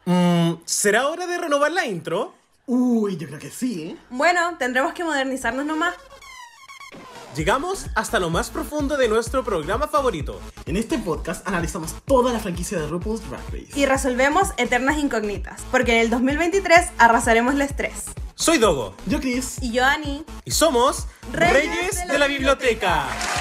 ¿Será hora de renovar la intro? Uy, yo creo que sí, ¿eh? Bueno, tendremos que modernizarnos nomás. Llegamos hasta lo más profundo de nuestro programa favorito. En este podcast analizamos toda la franquicia de RuPaul's Drag Race. Y resolvemos eternas incógnitas, porque en el 2023 arrasaremos el estrés. Soy Dogo. Yo, Chris. Y yo, Ani. Y somos Reyes de la Biblioteca.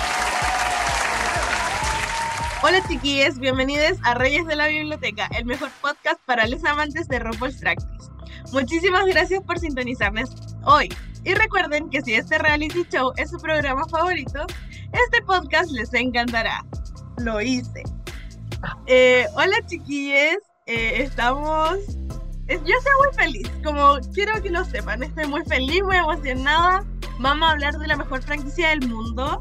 Hola chiquillos, bienvenidos a Reyes de la Biblioteca, el mejor podcast para los amantes de RuPaul's Drag Race. Muchísimas gracias por sintonizarnos hoy. Y recuerden que si este reality show es su programa favorito, este podcast les encantará. Lo hice. Hola chiquillos, estamos... Yo estoy muy feliz, como quiero que lo sepan, estoy muy feliz, muy emocionada. Vamos a hablar de la mejor franquicia del mundo.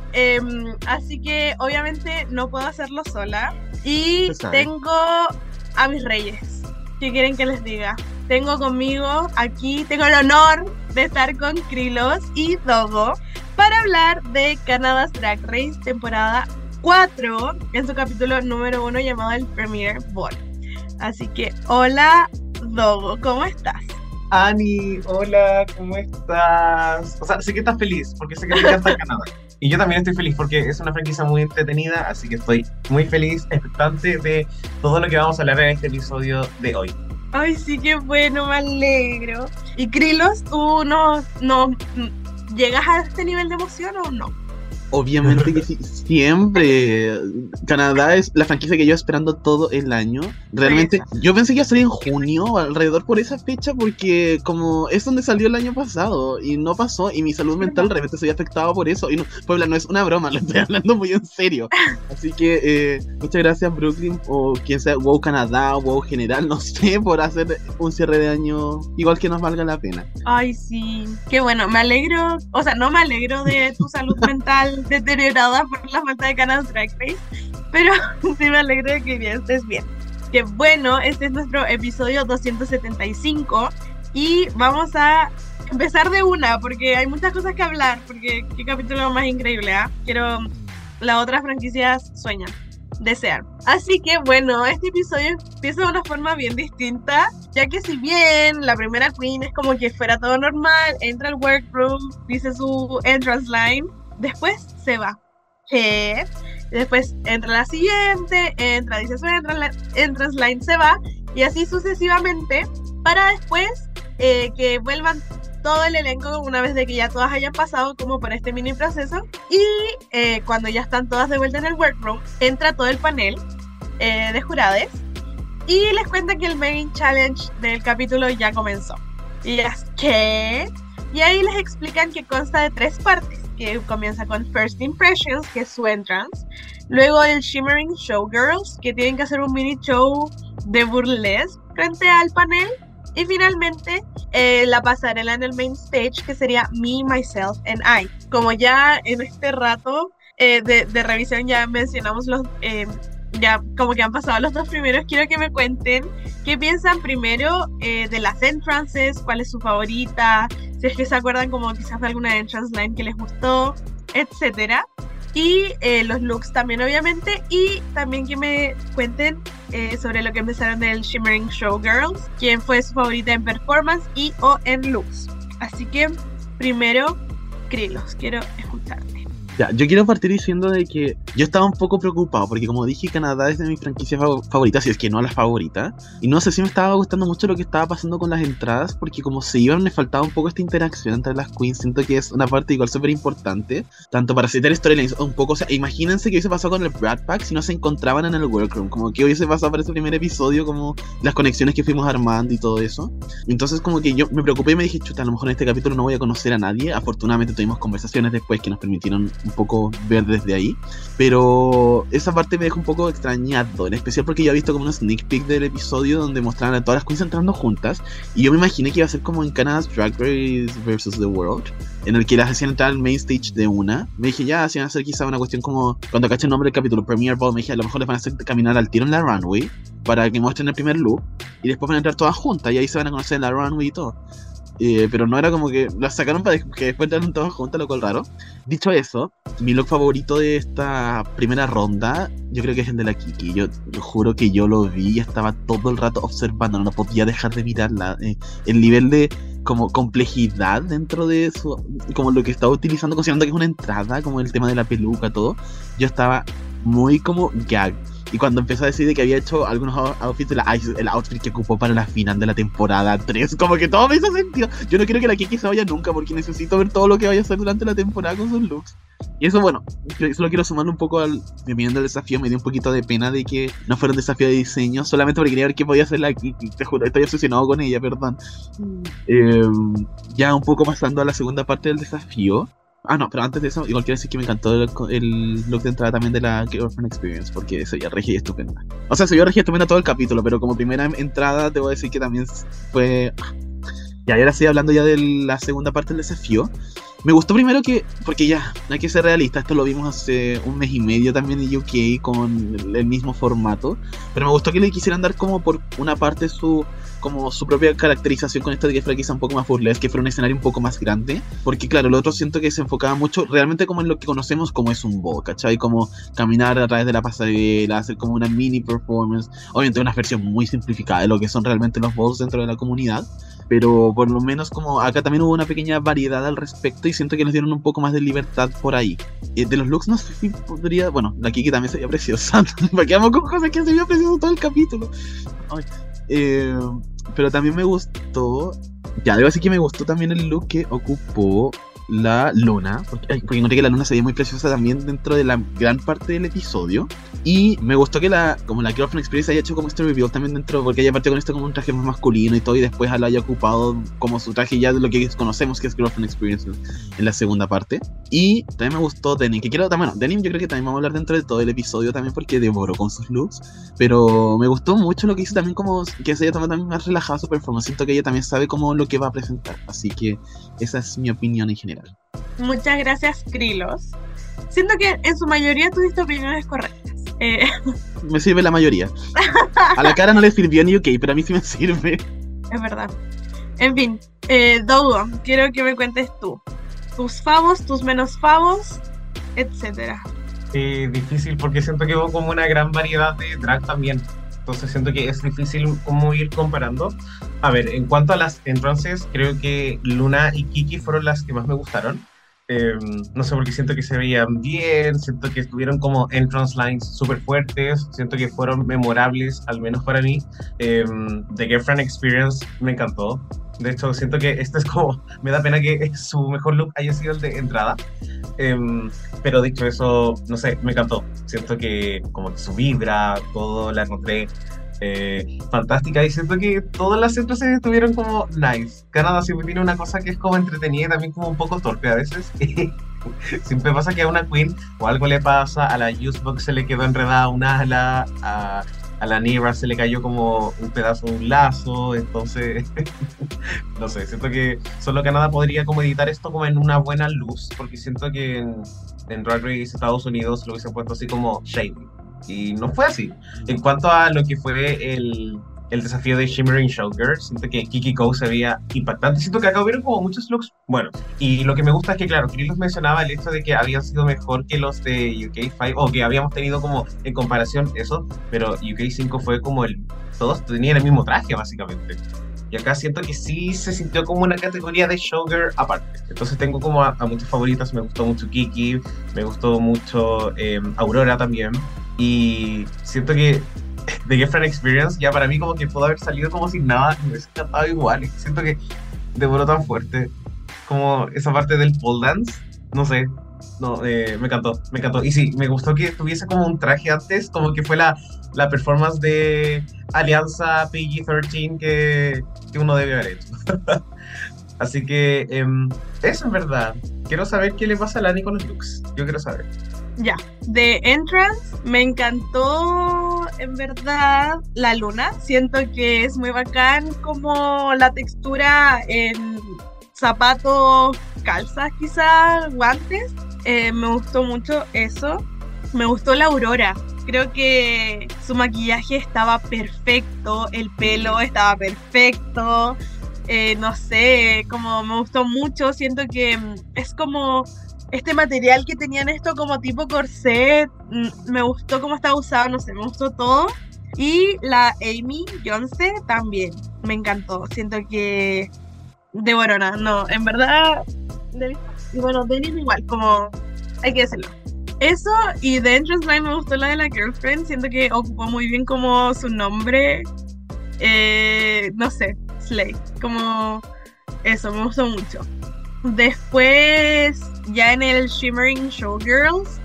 Así que obviamente no puedo hacerlo sola. Y tengo a mis reyes. ¿Qué quieren que les diga? Tengo conmigo aquí, tengo el honor de estar con Krylos y Dogo para hablar de Canada's Drag Race temporada 4 en su capítulo número 1 llamado el Premiere Ball. Así que hola Dogo, ¿cómo estás? Ani, hola, ¿cómo estás? O sea, sé que estás feliz porque sé que te encanta Canadá. Y yo también estoy feliz porque es una franquicia muy entretenida, así que estoy muy feliz, expectante de todo lo que vamos a hablar en este episodio de hoy. Ay, sí, qué bueno, me alegro. Y Krylos, ¿tú no llegas a este nivel de emoción o no? Obviamente que sí, siempre. Canadá es la franquicia que llevo esperando todo el año. Realmente, yo pensé que iba a salir en junio, alrededor por esa fecha, porque como es donde salió el año pasado y no pasó, y mi salud mental realmente se había afectado por eso. Y no, Puebla, no es una broma, lo estoy hablando muy en serio. Así que muchas gracias Brooklyn o quien sea, WoW Canadá, WoW General, no sé, por hacer un cierre de año igual que nos valga la pena. Ay, sí, qué bueno, me alegro, o sea, no me alegro de tu salud mental deteriorada por la falta de Canada's Drag Race, pero sí me alegro de que ya estés bien. Que bueno, este es nuestro episodio 275 y vamos a empezar de una porque hay muchas cosas que hablar, porque qué capítulo más increíble, ¿eh? Las otras franquicias sueñan, desean. Así que bueno, este episodio empieza de una forma bien distinta, ya que si bien la primera queen es como que fuera todo normal, entra al workroom, dice su entrance line, después se va. Después entra la siguiente, dice su entrance line, se va, y así sucesivamente, para después que vuelvan todo el elenco una vez de que ya todas hayan pasado como por este mini proceso. Y cuando ya están todas de vuelta en el workroom, entra todo el panel de jurades y les cuentan que el main challenge del capítulo ya comenzó. Y es ¿qué? Y ahí les explican que consta de 3 partes, que comienza con First Impressions, que es su entrance, luego el Shimmering Showgirls, que tienen que hacer un mini show de burlesque frente al panel, y finalmente la pasarela en el main stage, que sería Me, Myself and I. Como ya en este rato de revisión ya mencionamos ya como que han pasado los 2 primeros, quiero que me cuenten qué piensan primero de las entrances, cuál es su favorita, si es que se acuerdan como quizás de alguna entrance line que les gustó, etcétera. Y los looks también obviamente, y también que me cuenten sobre lo que empezaron del Shimmering Showgirls, quién fue su favorita en performance y o en looks. Así que primero, Krylos, quiero escucharte. Ya, yo quiero partir diciendo de que yo estaba un poco preocupado porque como dije, Canadá es de mis franquicias favoritas, si es que no la favorita, y no sé si me estaba gustando mucho lo que estaba pasando con las entradas, porque como se iban me faltaba un poco esta interacción entre las queens. Siento que es una parte igual súper importante, tanto para citar storylines, un poco, o sea, imagínense que hubiese pasado con el Brat Pack si no se encontraban en el workroom, como que hubiese pasado para ese primer episodio, como las conexiones que fuimos armando y todo eso. Entonces como que yo me preocupé y me dije, chuta, a lo mejor en este capítulo no voy a conocer a nadie. Afortunadamente tuvimos conversaciones después que nos permitieron un poco ver desde ahí, pero esa parte me dejó un poco extrañado, en especial porque yo había visto como un sneak peek del episodio donde mostraban a todas las queens entrando juntas, y yo me imaginé que iba a ser como en Canada's Drag Race vs. The World, en el que las hacían entrar al main stage de una. Me dije, ya, hacían hacer quizá una cuestión como, cuando caché el nombre del capítulo, Premiere Ball, me dije, a lo mejor les van a hacer caminar al tiro en la runway, para que muestren el primer look, y después van a entrar todas juntas, y ahí se van a conocer en la runway y todo. pero no era como que las sacaron para que después eran todos juntos, lo cual raro. Dicho eso, mi look favorito de esta primera ronda, yo creo que es el de la Kiki. Yo juro que yo lo vi y estaba todo el rato observando, no podía dejar de mirarla. El nivel de como complejidad dentro de eso, como lo que estaba utilizando, considerando que es una entrada, como el tema de la peluca, todo, yo estaba muy como gag. Y cuando empezó a decir de que había hecho algunos outfits de la Ice, el outfit que ocupó para la final de la temporada 3, como que todo me hizo sentido. Yo no quiero que la Kiki se vaya nunca porque necesito ver todo lo que vaya a hacer durante la temporada con sus looks. Y eso, bueno, solo quiero sumarlo un poco viendo el desafío. Me dio un poquito de pena de que no fuera un desafío de diseño, solamente porque quería ver qué podía hacer la Kiki. Te juro, estoy obsesionado con ella, perdón. Ya un poco pasando a la segunda parte del desafío. Ah, no, pero antes de eso, igual quiero decir que me encantó el look de entrada también de la Girlfriend Experience, porque se veía regia y estupenda. O sea, se veía regia y estupenda todo el capítulo, pero como primera entrada, te voy a decir que también fue... Y ahora sí, hablando ya de la segunda parte del desafío, me gustó primero que, porque ya, hay que ser realista, esto lo vimos hace un mes y medio también en UK con el mismo formato, pero me gustó que le quisieran dar como por una parte su propia caracterización con esto de que fuera quizá un poco más burlesque, que fuera un escenario un poco más grande, porque claro, lo otro siento que se enfocaba mucho realmente como en lo que conocemos como es un ball, ¿cachai? Como caminar a través de la pasarela, hacer como una mini performance, obviamente una versión muy simplificada de lo que son realmente los balls dentro de la comunidad, pero por lo menos como acá también hubo una pequeña variedad al respecto y siento que nos dieron un poco más de libertad por ahí. De los looks no sé si podría... Bueno, la Kiki también se veía preciosa. ¿Para qué vamos con cosas que se veía precioso todo el capítulo? Ay. Pero también me gustó... Ya, debo decir que me gustó también el look que ocupó la Luna, porque noté que la Luna se veía muy preciosa también dentro de la gran parte del episodio. Y me gustó que como la Girlfriend Experience haya hecho como este reveal también dentro, porque ella partió con esto como un traje más masculino y todo, y después lo haya ocupado como su traje ya de lo que conocemos que es Girlfriend Experience en la segunda parte. Y también me gustó Denim, que quiero también, bueno, Denim yo creo que también vamos a hablar dentro de todo el episodio también porque devoró con sus looks, pero me gustó mucho lo que hizo también, como que se haya tomado también más relajada su performance. Siento que ella también sabe como lo que va a presentar, así que esa es mi opinión en general. Muchas gracias, Krilos. Siento que en su mayoría tuviste opiniones correctas. Me sirve la mayoría. A la cara no le sirvió en UK, pero a mí sí me sirve. Es verdad. En fin, Dogo, quiero que me cuentes tú. Tus favos, tus menos favos, etcétera. Difícil porque siento que hubo como una gran variedad de drag también. Entonces siento que es difícil como ir comparando. A ver, en cuanto a las entrances, creo que Luna y Kiki fueron las que más me gustaron. No sé, porque siento que se veían bien, siento que estuvieron como entrance lines súper fuertes, siento que fueron memorables, al menos para mí. The Girlfriend Experience me encantó. De hecho, siento que este es como... Me da pena que su mejor look haya sido el de entrada. Pero dicho eso, no sé, me encantó. Siento que como que su vibra, todo la encontré fantástica, y siento que todas las entrances estuvieron como nice. Canadá siempre tiene una cosa que es como entretenida y también como un poco torpe a veces. Siempre pasa que a una queen o algo le pasa, a la Usebox se le quedó enredada una ala, a la Nira se le cayó como un pedazo de un lazo, entonces no sé, siento que solo Canadá podría como editar esto como en una buena luz, porque siento que en Drag Race Estados Unidos lo hubiesen puesto así como shady, y no fue así. En cuanto a lo que fue el desafío de Shimmering Showgirl, siento que Kiki Ko se veía impactante. Siento que acá hubieron como muchos looks bueno, y lo que me gusta es que, claro, Krilos mencionaba el hecho de que habían sido mejor que los de UK5, o que habíamos tenido como en comparación eso, pero UK5 fue como todos tenían el mismo traje básicamente, y acá siento que sí se sintió como una categoría de Showgirl aparte. Entonces tengo como a muchas favoritas. Me gustó mucho Kiki, me gustó mucho Aurora también, y siento que The Girlfriend Experience ya para mí como que pudo haber salido como sin nada, me hubiese encantado igual, y siento que devoró tan fuerte como esa parte del pole dance, no sé, no, me encantó, y sí, me gustó que tuviese como un traje antes, como que fue la performance de Alianza PG-13 que uno debe haber hecho. Así que eso en verdad, quiero saber qué le pasa a Lani con los looks, yo quiero saber. Ya, de Entrance me encantó en verdad la Luna. Siento que es muy bacán como la textura en zapatos, calzas quizás, guantes. Me gustó mucho eso. Me gustó la Aurora. Creo que su maquillaje estaba perfecto, el pelo estaba perfecto. no sé, como me gustó mucho, siento que es como este material que tenían esto como tipo corset, me gustó cómo estaba usado, no sé, me gustó todo. Y la Amy Jonse también, me encantó, siento que de Borona, no, en verdad, y bueno, Denim igual, como hay que decirlo. Eso, y de Entrance Line me gustó la de la Girlfriend, siento que ocupó muy bien como su nombre, no sé, Slay, como eso, me gustó mucho. Después, ya en el Shimmering Showgirls,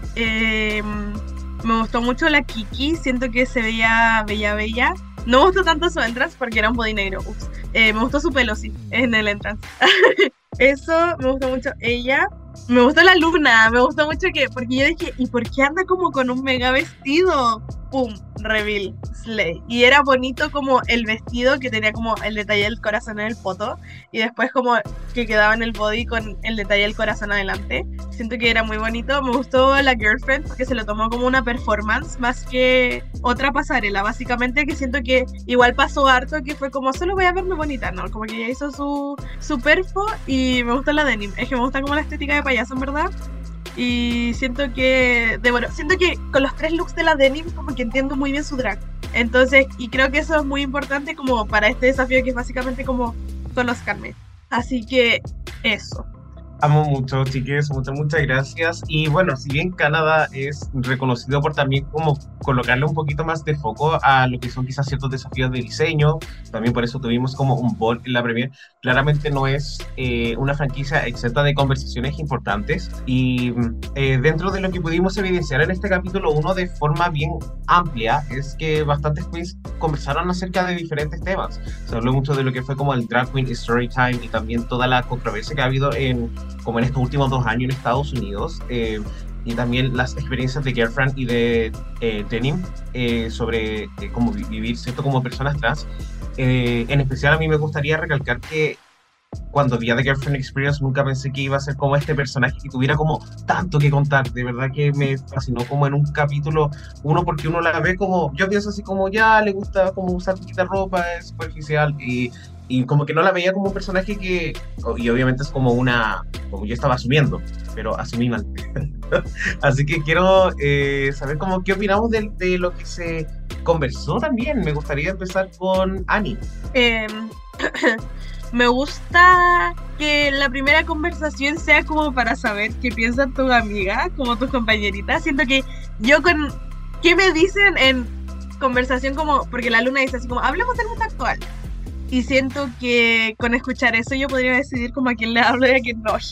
me gustó mucho la Kiki, siento que se veía bella. No me gustó tanto su entrance porque era un body negro, ups. Me gustó su pelo, sí, en el entrance. Eso, me gustó mucho ella. Me gustó la Luna, me gustó mucho porque yo dije, ¿y por qué anda como con un mega vestido? Pum, reveal, slay. Y era bonito como el vestido que tenía como el detalle del corazón en el poto y después como que quedaba en el body con el detalle del corazón adelante. Siento que era muy bonito. Me gustó la Girlfriend porque se lo tomó como una performance más que otra pasarela, básicamente, que siento que igual pasó harto, que fue como solo voy a verme bonita, ¿no? Como que ya hizo su perfo y me gusta la denim. Es que me gusta como la estética de payaso, en verdad. Y siento que con los 3 looks de la denim como que entiendo muy bien su drag. Entonces, y creo que eso es muy importante como para este desafío que es básicamente como con los Carmen. Así que eso. Amo mucho, chiques, muchas gracias. Y bueno, si bien Canadá es reconocido por también como colocarle un poquito más de foco a lo que son quizás ciertos desafíos de diseño, también por eso tuvimos como un ball en la premier, claramente no es una franquicia exenta de conversaciones importantes. Y dentro de lo que pudimos evidenciar en este capítulo 1 de forma bien amplia, es que bastantes queens conversaron acerca de diferentes temas. Se habló mucho de lo que fue como el Drag Queen Storytime y también toda la controversia que ha habido como en estos últimos 2 años en Estados Unidos, y también las experiencias de Girlfriend y de Denim sobre cómo vivir, ¿cierto?, como personas trans. En especial a mí me gustaría recalcar que cuando vi a The Girlfriend Experience nunca pensé que iba a ser como este personaje que tuviera como tanto que contar. De verdad que me fascinó como en un capítulo 1 porque uno la ve como, yo pienso así como ya le gusta como usar poquita ropa, es superficial y como que no la veía como un personaje que, y obviamente es como como yo estaba asumiendo, pero asumí mal. Así que quiero saber como qué opinamos de lo que se conversó también. Me gustaría empezar con Annie. Me gusta que la primera conversación sea como para saber qué piensan tus amigas, como tus compañeritas. Siento que yo con... ¿Qué me dicen en conversación como...? Porque la Luna dice así como, hablemos del mundo actual. Y siento que con escuchar eso yo podría decidir como a quién le hablo y a quién no.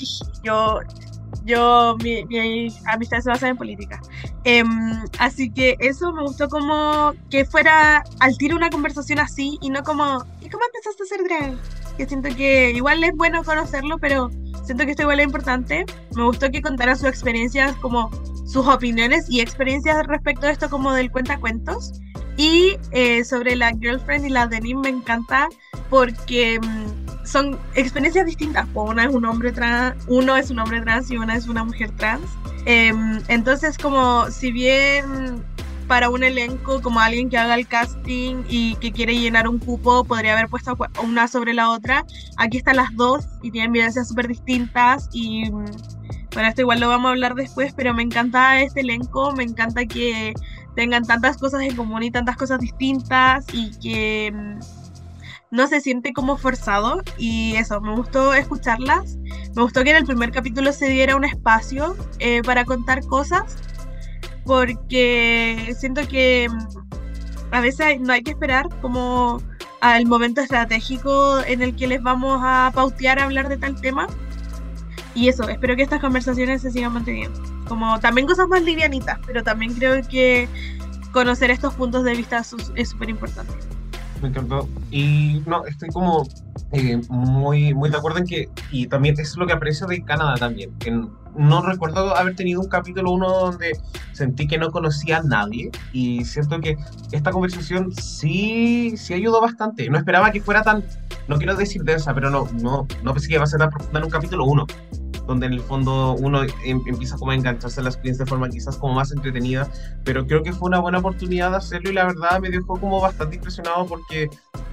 Mi amistad se basa en política. Así que eso me gustó como que fuera al tiro una conversación así y no como, ¿y cómo empezaste a hacer drag? Que siento que igual es bueno conocerlo, pero siento que esto igual es importante. Me gustó que contara sus experiencias, como sus opiniones y experiencias respecto a esto como del cuentacuentos. Y sobre la Girlfriend y la Denim me encanta porque son experiencias distintas. Uno es un hombre trans y una es una mujer trans. Entonces, como si bien para un elenco, como alguien que haga el casting y que quiere llenar un cupo, podría haber puesto una sobre la otra, aquí están las dos y tienen vivencias súper distintas. Y bueno, esto igual lo vamos a hablar después, pero me encanta este elenco, me encanta que tengan tantas cosas en común y tantas cosas distintas y que no se siente como forzado. Y eso, me gustó escucharlas. Me gustó que en el primer capítulo se diera un espacio para contar cosas, porque siento que a veces no hay que esperar como al momento estratégico en el que les vamos a pautear a hablar de tal tema. Y eso, espero que estas conversaciones se sigan manteniendo. Como también cosas más livianitas, pero también creo que conocer estos puntos de vista es súper importante. Me encantó. Y no, estoy como muy de acuerdo en que, y también es lo que aprecio de Canadá también, que no recuerdo haber tenido un capítulo 1 donde sentí que no conocía a nadie, y siento que esta conversación sí ayudó bastante. No esperaba que fuera tan, no quiero decir densa, pero no pensé que iba a ser tan profunda en un capítulo 1, donde en el fondo uno empieza como a engancharse a las queens de forma quizás como más entretenida, pero creo que fue una buena oportunidad de hacerlo y la verdad me dejó como bastante impresionado porque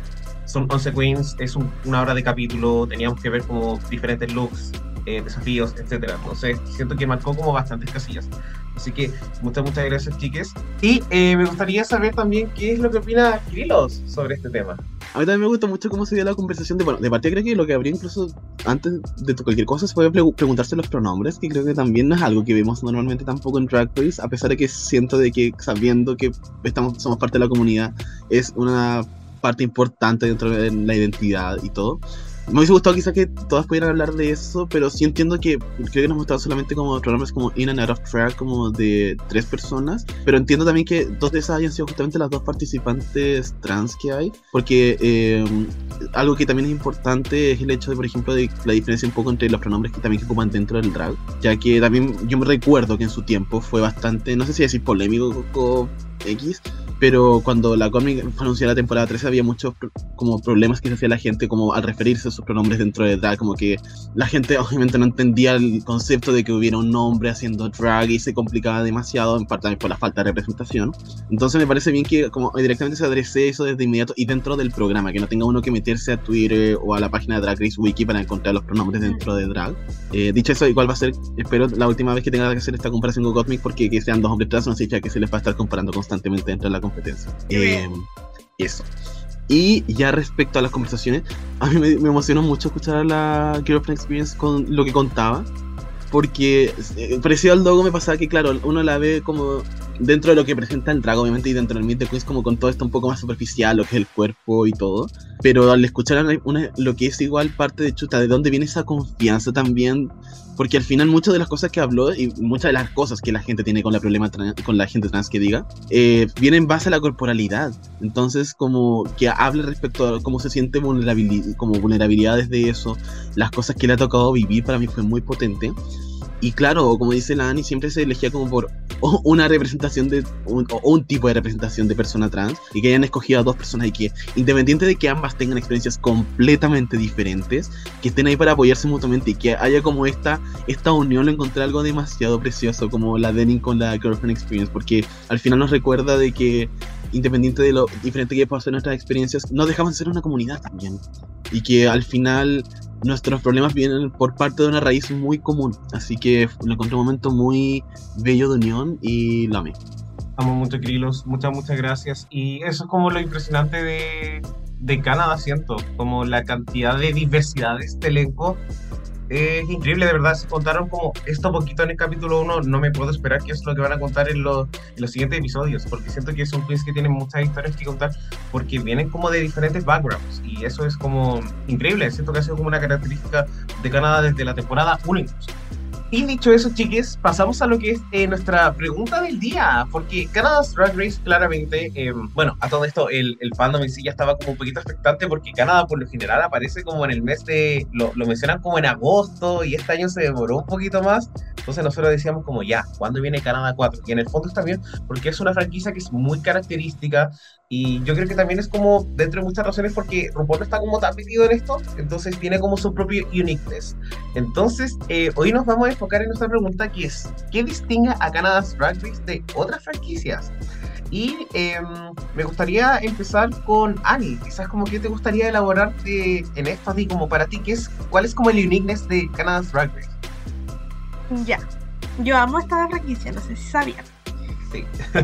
son 11 queens, es una hora de capítulo, teníamos que ver como diferentes looks, desafíos, etcétera. Entonces siento que marcó como bastantes casillas. Así que muchas gracias, chiques. Y me gustaría saber también qué es lo que opina Krilos sobre este tema. A mí también me gusta mucho cómo se dio la conversación de partida. Creo que lo que habría incluso antes de cualquier cosa se puede preguntarse los pronombres, que creo que también no es algo que vemos normalmente tampoco en Drag Race, a pesar de que siento de que sabiendo que somos parte de la comunidad es una parte importante dentro de la identidad y todo. Me hubiese gustado quizás que todas pudieran hablar de eso, pero sí entiendo que creo que nos mostrado solamente como programas como In and Out of Drag, como de 3 personas, pero entiendo también que 2 de esas hayan sido justamente las 2 participantes trans que hay, porque algo que también es importante es el hecho de, por ejemplo, de la diferencia un poco entre los pronombres que también que ocupan dentro del drag, ya que también yo me recuerdo que en su tiempo fue bastante, no sé si decir polémico o X, pero cuando la cómic fue anunciada la temporada 13 había muchos como problemas que se hacía la gente como al referirse a sus pronombres dentro de drag, como que la gente obviamente no entendía el concepto de que hubiera un hombre haciendo drag y se complicaba demasiado, en parte también por la falta de representación. Entonces me parece bien que como directamente se adrese eso desde inmediato y dentro del programa, que no tenga uno que meterse a Twitter o a la página de Drag Race Wiki para encontrar los pronombres dentro de drag. Dicho eso, igual va a ser, espero, la última vez que tenga que hacer esta comparación con Gottmik, porque que sean 2 hombres trans no significa que se les va a estar comparando constantemente dentro de la competencia. Eso. Y ya respecto a las conversaciones, a mí me emocionó mucho escuchar a la Girlfriend Experience con lo que contaba, porque parecido al Dogo me pasaba que, claro, uno la ve como dentro de lo que presenta el drag, obviamente, y dentro del Meet the Queens como con todo esto un poco más superficial, lo que es el cuerpo y todo, pero al escuchar lo que es igual parte de chuta, de dónde viene esa confianza también, porque al final muchas de las cosas que habló y muchas de las cosas que la gente tiene con con la gente trans que diga, vienen en base a la corporalidad. Entonces como que hable respecto a cómo se siente vulnerabilidades de eso, las cosas que le ha tocado vivir, para mí fue muy potente. Y claro, como dice la Ani, siempre se elegía como por una representación un tipo de representación de persona trans, y que hayan escogido a 2 personas y que, independiente de que ambas tengan experiencias completamente diferentes, que estén ahí para apoyarse mutuamente y que haya como esta unión, lo encontré algo demasiado precioso, como la Denim con la Girlfriend Experience, porque al final nos recuerda de que, independiente de lo diferente que puedan ser nuestras experiencias, no dejamos de ser una comunidad también, y que al final nuestros problemas vienen por parte de una raíz muy común, así que lo encontré un momento muy bello de unión y lo amé. Amo mucho, Krilos, muchas gracias. Y eso es como lo impresionante de Canadá, siento, como la cantidad de diversidad de este elenco. Es increíble, de verdad. Se contaron como esto poquito en el capítulo 1. No me puedo esperar que es lo que van a contar en los siguientes episodios, porque siento que son queens que tienen muchas historias que contar, porque vienen como de diferentes backgrounds, y eso es como increíble. Siento que ha sido como una característica de Canadá desde la temporada 1 incluso. Y dicho eso, chiques, pasamos a lo que es nuestra pregunta del día, porque Canada's Drag Race claramente, bueno, a todo esto el fandom en sí ya estaba como un poquito expectante, porque Canadá por lo general aparece como en el mes de, lo mencionan como en agosto, y este año se demoró un poquito más. Entonces nosotros decíamos como ya, ¿cuándo viene Canadá 4? Y en el fondo está bien, porque es una franquicia que es muy característica, y yo creo que también es como, dentro de muchas razones, porque RuPaul no está como tan metido en esto, entonces tiene como su propio uniqueness. Entonces, hoy nos vamos a enfocar en nuestra pregunta, que es, ¿qué distingue a Canada's Drag Race de otras franquicias? Y me gustaría empezar con Ani. Quizás como que te gustaría elaborar en esto, así como para ti, ¿cuál es como el uniqueness de Canada's Drag Race? Ya, yo amo esta franquicia, no sé si sabían. Sí.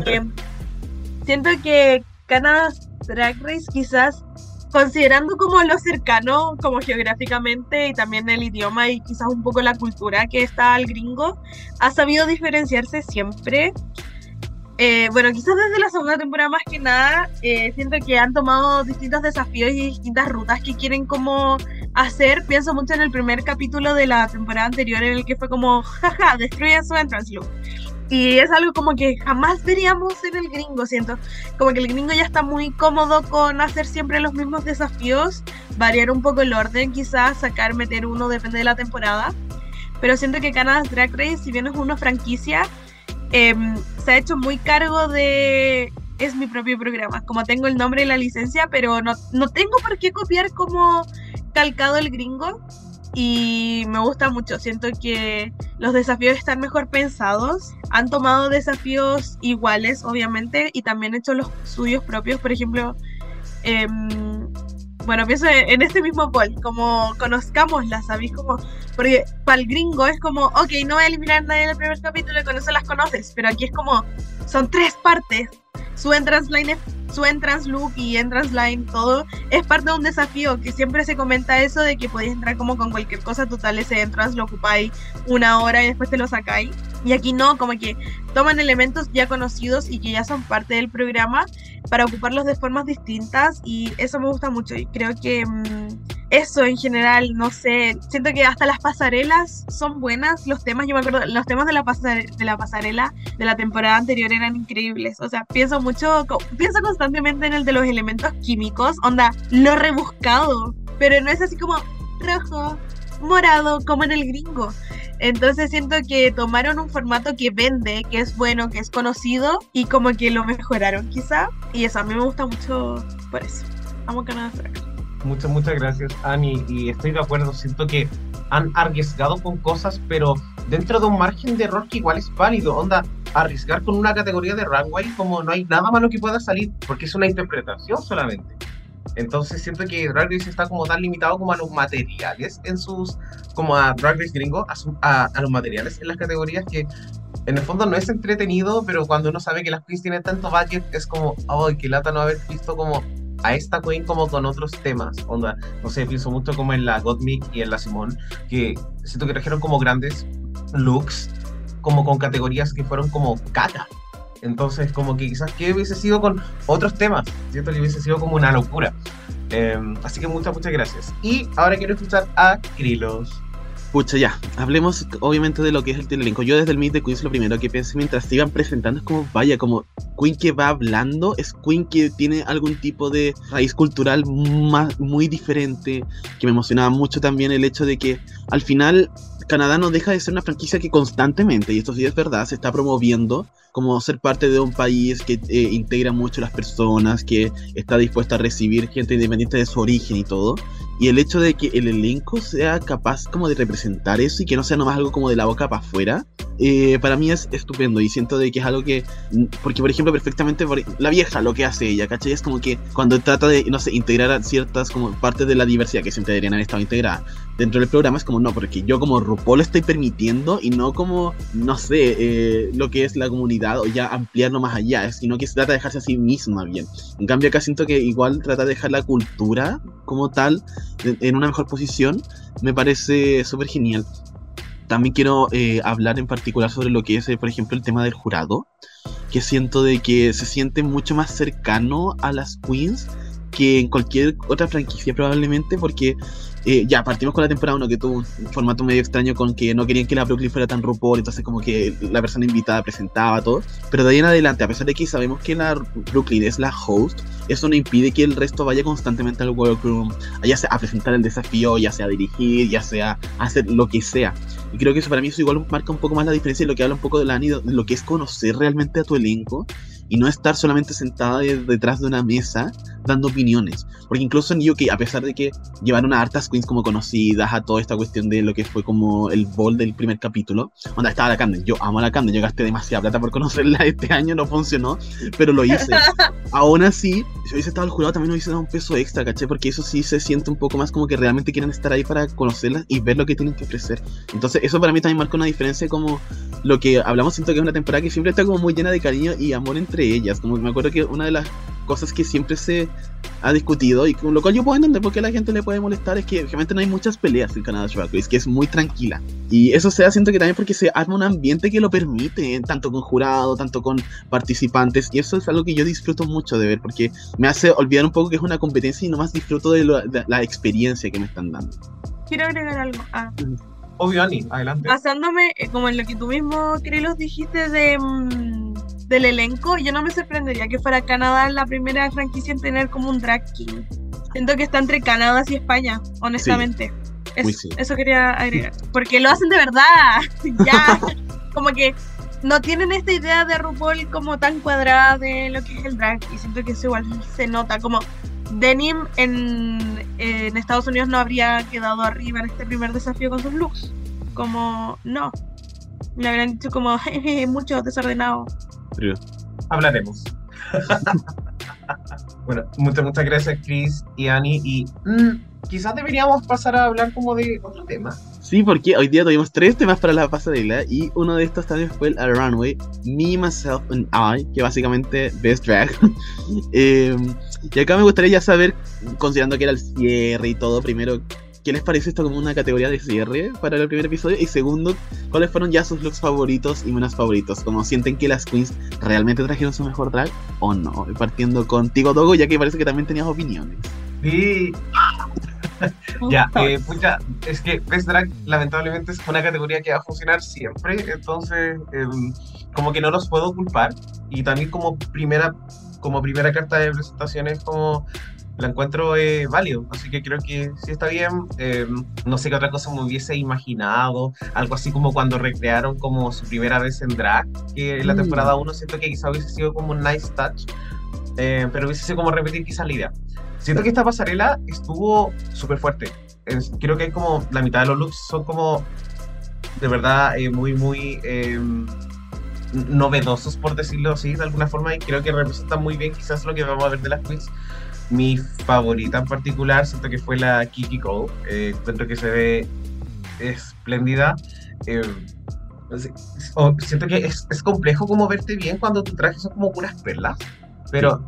Siento que Canada's Drag Race, quizás considerando como lo cercano como geográficamente y también el idioma y quizás un poco la cultura que está al gringo, ha sabido diferenciarse siempre. Bueno, quizás desde la segunda temporada más que nada, siento que han tomado distintos desafíos y distintas rutas que quieren como hacer. Pienso mucho en el primer capítulo de la temporada anterior, en el que fue como, jaja, destruyan su entrance look. Y es algo como que jamás veríamos en el gringo, siento. Como que el gringo ya está muy cómodo con hacer siempre los mismos desafíos, variar un poco el orden, quizás sacar, meter uno, depende de la temporada. Pero siento que Canada's Drag Race, si bien es una franquicia, se ha hecho muy cargo de... Es mi propio programa, como tengo el nombre y la licencia, pero no tengo por qué copiar como calcado el gringo. Y me gusta mucho, siento que los desafíos están mejor pensados, han tomado desafíos iguales obviamente y también hecho los suyos propios. Por ejemplo, bueno, pienso en este mismo poll, como conozcámoslas, ¿sabéis? Como, porque para el gringo es como, ok, no voy a eliminar a nadie en el primer capítulo y con eso las conoces, pero aquí es como, son 3 partes. Su entrance loop y entrance line, todo es parte de un desafío, que siempre se comenta eso de que podéis entrar como con cualquier cosa, total ese entrance lo ocupáis 1 hora y después te lo sacáis. Y aquí no, como que toman elementos ya conocidos y que ya son parte del programa para ocuparlos de formas distintas, y eso me gusta mucho. Y creo que eso en general, no sé, siento que hasta las pasarelas son buenas. Los temas, yo me acuerdo, los temas de la pasarela de la temporada anterior eran increíbles. O sea, pienso constantemente en el de los elementos químicos, onda, lo rebuscado, pero no es así como rojo, morado, como en el gringo. Entonces siento que tomaron un formato que vende, que es bueno, que es conocido, y como que lo mejoraron quizá, y eso a mí me gusta mucho por eso. Amo Canadá Drag. Muchas gracias, Ani, y estoy de acuerdo. Siento que han arriesgado con cosas, pero dentro de un margen de error que igual es válido. Onda, arriesgar con una categoría de runway, como no hay nada malo que pueda salir, porque es una interpretación solamente. Entonces siento que Drag Race está como tan limitado como a los materiales en sus, como a Drag Race gringo, a los materiales en las categorías, que en el fondo no es entretenido, pero cuando uno sabe que las queens tienen tanto budget, es como, ay, qué lata no haber visto como a esta queen como con otros temas. Onda, no sé, pienso mucho como en la Gottmik y en la Simone, que siento que trajeron como grandes looks, como con categorías que fueron como caca. Entonces, como que quizás que hubiese sido con otros temas, siento que hubiese sido como una locura. Así que muchas gracias. Y ahora quiero escuchar a Krilos. Pucha, ya, hablemos obviamente de lo que es el elenco. Yo desde el Meet the Queens lo primero que pensé mientras se iban presentando es como, vaya, como Queen que va hablando, es Queen que tiene algún tipo de raíz cultural muy diferente, que me emocionaba mucho también el hecho de que al final Canadá no deja de ser una franquicia que constantemente, y esto sí es verdad, se está promoviendo como ser parte de un país que integra mucho a las personas, que está dispuesta a recibir gente independiente de su origen y todo. Y el hecho de que el elenco sea capaz como de representar eso y que no sea nomás algo como de la boca para afuera, para mí es estupendo, y siento de que es algo que, porque por ejemplo perfectamente la vieja lo que hace ella, ¿cachai? Es como que cuando trata de, no sé, integrar a ciertas como partes de la diversidad que siempre deberían haber estado integradas dentro del programa, es como no, porque yo como RuPaul estoy permitiendo y no como, no sé, lo que es la comunidad o ya ampliarlo más allá, sino que se trata de dejarse a sí misma bien. En cambio acá siento que igual trata de dejar la cultura como tal en una mejor posición, me parece súper genial. También quiero hablar en particular sobre lo que es, por ejemplo, el tema del jurado, que siento de que se siente mucho más cercano a las queens que en cualquier otra franquicia probablemente, porque ya partimos con la temporada 1 que tuvo un formato medio extraño con que no querían que la Brooklyn fuera tan RuPaul, entonces como que la persona invitada presentaba todo, pero de ahí en adelante, a pesar de que sabemos que la Brooklyn es la host, eso no impide que el resto vaya constantemente al workroom, ya sea a presentar el desafío, ya sea a dirigir, ya sea a hacer lo que sea. Y creo que eso para mí eso igual marca un poco más la diferencia, y lo que habla un poco de la Ani, de lo que es conocer realmente a tu elenco y no estar solamente sentada detrás de una mesa dando opiniones. Porque incluso en UK, a pesar de que llevaron a hartas queens como conocidas a toda esta cuestión de lo que fue como el ball del primer capítulo, donde estaba la Camden, yo amo a la Camden, yo gasté demasiada plata por conocerla este año, no funcionó, pero lo hice. Aún así, si hubiese estado el jurado también hubiese dado un peso extra, ¿caché? Porque eso sí se siente un poco más como que realmente quieren estar ahí para conocerlas y ver lo que tienen que ofrecer. Entonces eso para mí también marca una diferencia, como lo que hablamos, siento que es una temporada que siempre está como muy llena de cariño y amor entre ellas. Como que me acuerdo que una de las cosas que siempre se ha discutido, y con lo cual yo puedo entender por qué a la gente le puede molestar, es que realmente no hay muchas peleas en Canadá Drag Race, que es muy tranquila, y eso se da, siento que también porque se arma un ambiente que lo permite, tanto con jurado, tanto con participantes, y eso es algo que yo disfruto mucho de ver, porque me hace olvidar un poco que es una competencia y nomás disfruto de la experiencia que me están dando. Quiero agregar algo. Obvio, Ani, adelante. Basándome como en lo que tú mismo, Krilos, dijiste del elenco, yo no me sorprendería que fuera Canadá la primera franquicia en tener como un drag king. Siento que está entre Canadá y España, honestamente. Sí. Eso quería agregar. Porque lo hacen de verdad. Ya. Como que no tienen esta idea de RuPaul como tan cuadrada de lo que es el drag. Y siento que eso igual se nota. Como Denim en Estados Unidos no habría quedado arriba en este primer desafío con sus looks. Como, no. Le habrían dicho como, jeje, mucho desordenado. Hablaremos. Bueno, muchas gracias Chris y Annie y quizás deberíamos pasar a hablar como de otro tema. Sí, porque hoy día tuvimos 3 temas para la pasarela y uno de estos también fue el Runway, Me, Myself and I, que básicamente Best Drag. Y acá me gustaría ya saber, considerando que era el cierre y todo, primero, ¿qué les parece esto como una categoría de cierre para el primer episodio? Y segundo, ¿cuáles fueron ya sus looks favoritos y menos favoritos? ¿Cómo sienten que las queens realmente trajeron su mejor drag o no? Y partiendo contigo, Dogo, ya que parece que también tenías opiniones. Sí. Ya, pucha, es que Best Drag lamentablemente es una categoría que va a funcionar siempre, entonces como que no los puedo culpar y también como primera carta de presentaciones como la encuentro válido, así que creo que sí está bien. No sé qué otra cosa me hubiese imaginado, algo así como cuando recrearon como su primera vez en drag, que en la temporada 1 siento que quizá hubiese sido como un nice touch, pero hubiese sido como repetir quizá la idea. Siento que esta pasarela estuvo súper fuerte. Creo que hay como la mitad de los looks son como de verdad muy novedosos, por decirlo así, de alguna forma, y creo que representan muy bien quizás lo que vamos a ver de las queens. Mi favorita en particular siento que fue la Kiki Cole. Encuentro que se ve espléndida. Siento que es complejo como verte bien cuando tu traje son como puras perlas, pero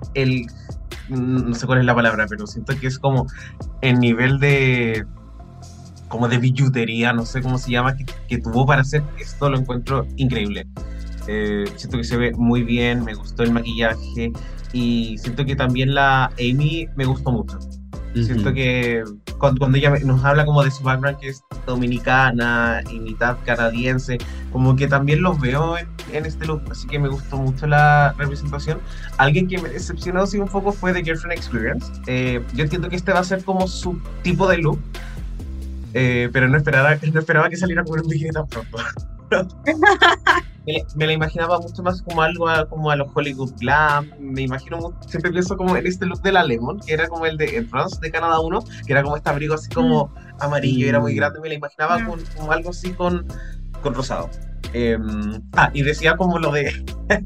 no sé cuál es la palabra, pero siento que es como el nivel de como de billutería, no sé cómo se llama, que tuvo para hacer esto, lo encuentro increíble. Siento que se ve muy bien, me gustó el maquillaje y siento que también la Amy me gustó mucho. Siento que cuando ella nos habla como de su background, que es dominicana y mitad canadiense, como que también los veo en este look, así que me gustó mucho la representación. Alguien que me decepcionó así un poco fue The Girlfriend Experience. Yo entiendo que este va a ser como su tipo de look, pero no esperaba que saliera con un bikini tan pronto. Me la imaginaba mucho más como algo como a los Hollywood Glam. Me imagino, siempre pienso como en este look de la Lemon, que era como el de France de Canadá 1, que era como este abrigo así como amarillo, era muy grande. Me la imaginaba como algo así con rosado. Y decía como lo de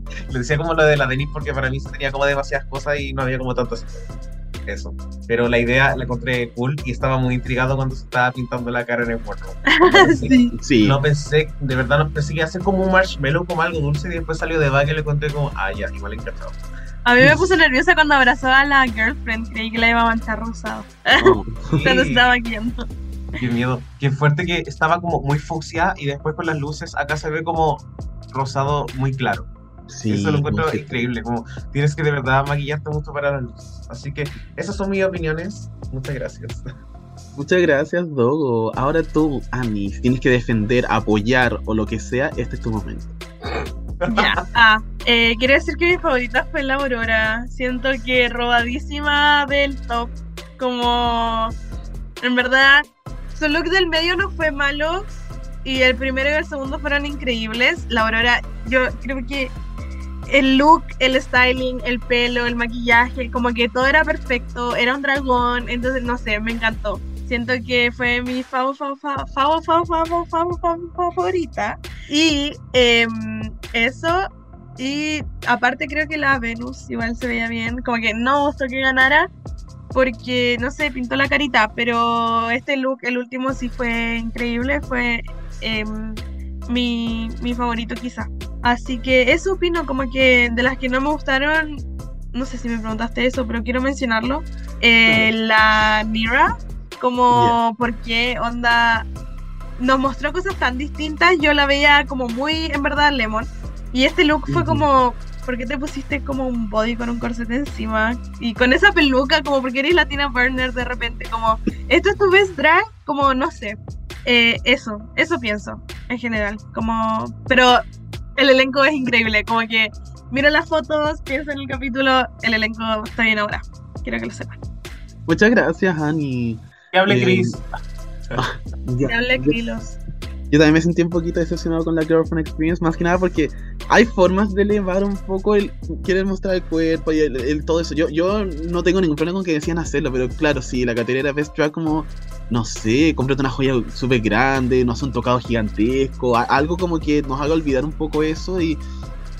la Denise, porque para mí se tenía como demasiadas cosas y no había como tanto eso. Pero la idea la encontré cool y estaba muy intrigado cuando se estaba pintando la cara en el wardrobe. Sí. No pensé, de verdad no pensé que iba a ser como un marshmallow, como algo dulce, y después salió de back y le encontré como, ya, igual encantado. A mí me puso nerviosa cuando abrazaba a la girlfriend, creí que la iba a manchar rosado. Cuando se estaba maquillando. Qué miedo, qué fuerte que estaba como muy fucsia y después con las luces acá se ve como rosado muy claro. Sí, eso lo encuentro increíble, como tienes que de verdad maquillarte mucho para las luces. Así que esas son mis opiniones. Muchas gracias. Muchas gracias, Dogo. Ahora tú, Annie, si tienes que defender, apoyar o lo que sea, este es tu momento. Ya. Quiero decir que mi favorita fue la Aurora. Siento que robadísima del top. Como, en verdad, su look del medio no fue malo. Y el primero y el segundo fueron increíbles. La Aurora, yo creo que el look, el styling, el pelo, el maquillaje, como que todo era perfecto, era un dragón, entonces no sé, me encantó. Siento que fue mi favorita. Y eso, y aparte creo que la Venus igual se veía bien, como que no me gustó que ganara, porque no sé, pintó la carita, pero este look, el último sí fue increíble, fue mi favorito quizá. Así que eso opino, como que de las que no me gustaron, no sé si me preguntaste eso, pero quiero mencionarlo, la Nira, como porque onda nos mostró cosas tan distintas, yo la veía como muy, en verdad, Lemon, y este look fue como, ¿por qué te pusiste como un body con un corset encima? Y con esa peluca, como porque eres Latina Burner de repente, como, ¿esto es tu best drag? Como, no sé, eso pienso, en general, como, pero el elenco es increíble, como que miro las fotos, pienso en el capítulo, el elenco está bien ahora, quiero que lo sepan. Muchas gracias, Annie. Que hable Chris. Que hable Kilos. Yo también me sentí un poquito decepcionado con la Girlfriend Experience, más que nada porque hay formas de elevar un poco el querer mostrar el cuerpo y el todo eso. Yo no tengo ningún problema con que decían hacerlo, pero claro, si la categoría era Best Drag, como, no sé, cómprate una joya súper grande, no hace un tocado gigantesco, algo como que nos haga olvidar un poco eso y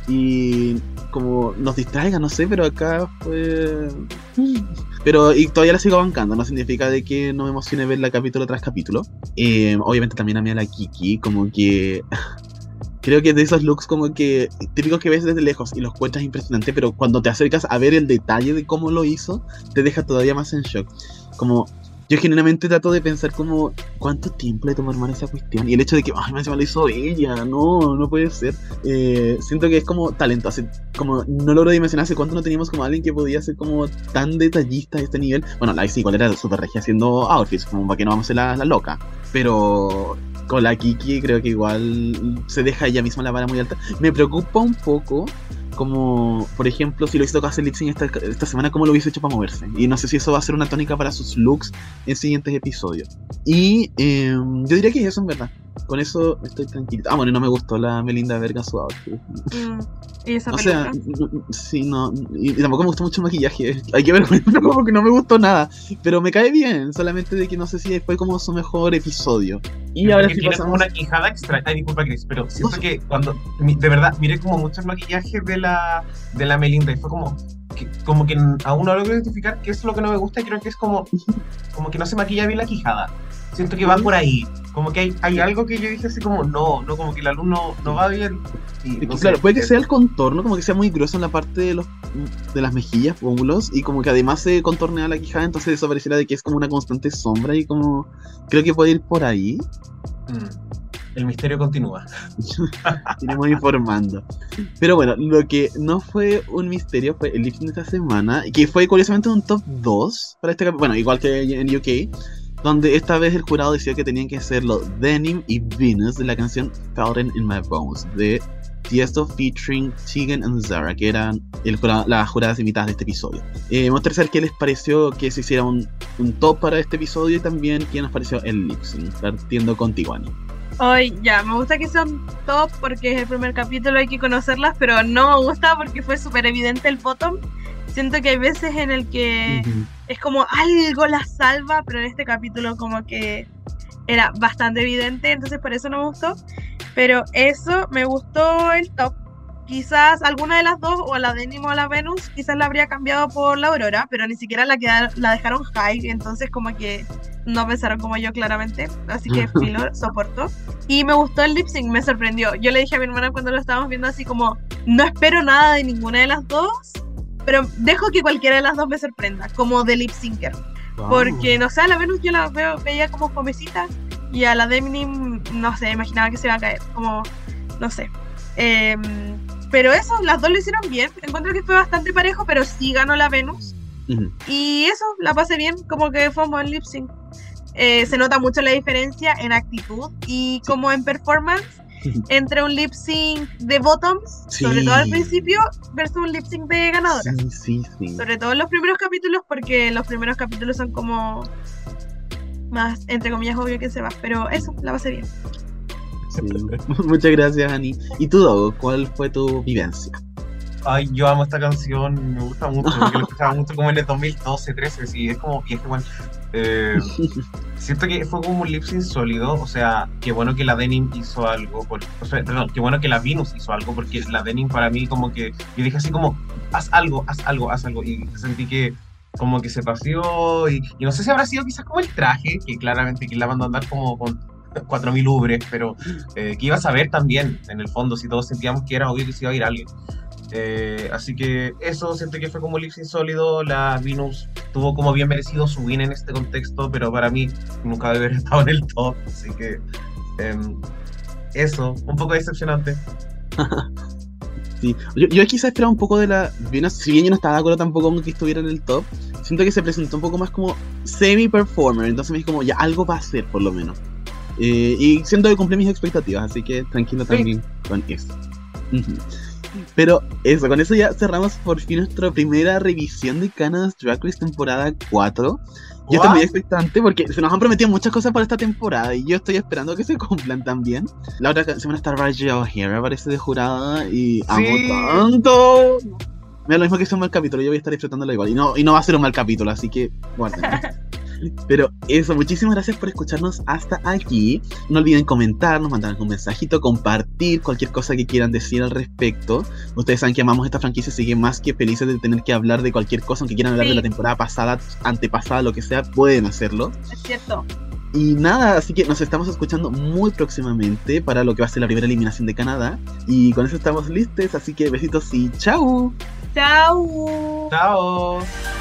y como nos distraiga, no sé, pero acá fue... Pero y todavía la sigo bancando, no significa de que no me emocione verla capítulo tras capítulo. Obviamente también a mí a la Kiki, como que... Creo que de esos looks como que típicos que ves desde lejos y los encuentras impresionante, pero cuando te acercas a ver el detalle de cómo lo hizo, te deja todavía más en shock. Como... Yo genuinamente trato de pensar como ¿cuánto tiempo le tomó armar esa cuestión? Y el hecho de que ay, encima lo hizo ella, no puede ser. Siento que es como talento, así, como no logro dimensionar hace cuánto no teníamos como alguien que podía ser como tan detallista a este nivel. Bueno, la igual era súper regia haciendo outfits, como para que no vamos a ser la loca. Pero con la Kiki creo que igual se deja ella misma la vara muy alta. Me preocupa un poco como, por ejemplo, si lo hizo hacer lip sync esta semana, cómo lo hubiese hecho para moverse. Y no sé si eso va a ser una tónica para sus looks en siguientes episodios. Y yo diría que eso en verdad. Con eso estoy tranquilo. Bueno, y no me gustó la Melinda Verga su outfit. ¿Y esa O peluca? sea, sí, no. Y tampoco me gustó mucho el maquillaje. Hay que ver, pero como que no me gustó nada. Pero me cae bien, solamente de que no sé si fue como su mejor episodio. Y ahora sí tiene como pasamos. una quijada extraña. Ay, disculpa, Chris, pero siento que cuando. De verdad, miré como mucho el maquillaje de la Melinda y fue como que aún no logro identificar qué es lo que no me gusta y creo que es como que no se maquilla bien la quijada. Siento que va por ahí. Como que hay algo que yo dije así como, no, como que el alumno no va bien. Y, no Claro, sé, puede que sea el contorno, como que sea muy grueso en la parte de las mejillas, pómulos, y como que además se contornea la quijada, entonces eso pareciera de que es como una constante sombra y como... Creo que puede ir por ahí. El misterio continúa. Iremos informando. Pero bueno, lo que no fue un misterio fue el lip sync de esta semana, que fue curiosamente un top 2 para este capítulo, bueno, igual que en UK, donde esta vez el jurado decía que tenían que ser los Denim y Venus de la canción Felt in My Bones de Tiesto featuring Tegan and Zara, que eran las juradas invitadas de este episodio. Me gustaría saber qué les pareció que se hiciera un top para este episodio y también qué nos pareció el lip sync, partiendo contigo, Ani. Hoy ya, me gusta que son top porque es el primer capítulo, hay que conocerlas, pero no me gusta porque fue súper evidente el bottom. Siento que hay veces en el que es como algo la salva, pero en este capítulo como que era bastante evidente, entonces por eso no me gustó. Pero eso, me gustó el top. Quizás alguna de las dos, o la Denim o la Venus, quizás la habría cambiado por la Aurora, pero ni siquiera la dejaron high, entonces como que no pensaron como yo claramente, así que filo, soporto. Y me gustó el lip sync, me sorprendió. Yo le dije a mi hermana cuando lo estábamos viendo así como, no espero nada de ninguna de las dos, pero dejo que cualquiera de las dos me sorprenda, como de lip syncer. Wow. Porque, no sé, a la Venus yo la veía como fomecita, y a la Denim, no sé, imaginaba que se iba a caer, como, no sé. Pero eso, las dos lo hicieron bien. Encuentro que fue bastante parejo, pero sí ganó la Venus. Y eso, la pasé bien, como que fue un buen lip sync. Se nota mucho la diferencia en actitud y como en performance entre un lip sync de bottoms, sobre todo al principio, versus un lip sync de ganadoras. Sí. Sobre todo en los primeros capítulos, porque los primeros capítulos son como más, entre comillas, obvio que se va. Pero eso, la pasé bien. Sí. Muchas gracias, Ani. ¿Y tú, Dogo, cuál fue tu vivencia? Ay, yo amo esta canción, me gusta mucho, porque lo escuchaba mucho como en el 2012, 13, sí, es como viejo igual. Siento que fue como un lip sync sólido, o sea, qué bueno que la Denim hizo algo, perdón, qué bueno que la Venus hizo algo, porque la Denim para mí como que, yo dije así como, haz algo, y sentí que como que se paseó, y no sé si habrá sido quizás como el traje, que claramente que la mandó a andar como con 4000 ubres, pero que iba a saber también, en el fondo, si todos sentíamos que era obvio que se iba a ir alguien. Así que eso, siento que fue como lip sync sólido. La Venus tuvo como bien merecido su win en este contexto, pero para mí nunca debe haber estado en el top, así que eso, un poco decepcionante. Sí. Yo quizás esperaba un poco de la Venus, si bien yo no estaba de acuerdo tampoco con que estuviera en el top, siento que se presentó un poco más como semi-performer, entonces me dije como ya algo va a hacer por lo menos. Y siento que cumplí mis expectativas, así que tranquilo también con eso. Pero eso, con eso ya cerramos por fin nuestra primera revisión de Canada's Drag Race temporada 4. Yo estoy muy expectante porque se nos han prometido muchas cosas para esta temporada y yo estoy esperando que se cumplan también. La otra semana está Rachel O'Hara, parece de jurada, y amo tanto. Mira, lo mismo que es un mal capítulo, yo voy a estar disfrutándolo igual. Y no va a ser un mal capítulo, así que guárdenlo. Pero eso, muchísimas gracias por escucharnos hasta aquí. No olviden comentarnos, mandar algún mensajito, compartir cualquier cosa que quieran decir al respecto. Ustedes saben que amamos esta franquicia, así que más que felices de tener que hablar de cualquier cosa, aunque quieran hablar Sí. de la temporada pasada, antepasada, lo que sea, pueden hacerlo. Es cierto. Y nada, así que nos estamos escuchando muy próximamente para lo que va a ser la primera eliminación de Canadá. Y con eso estamos listos, así que besitos y chao. Chao. Chao.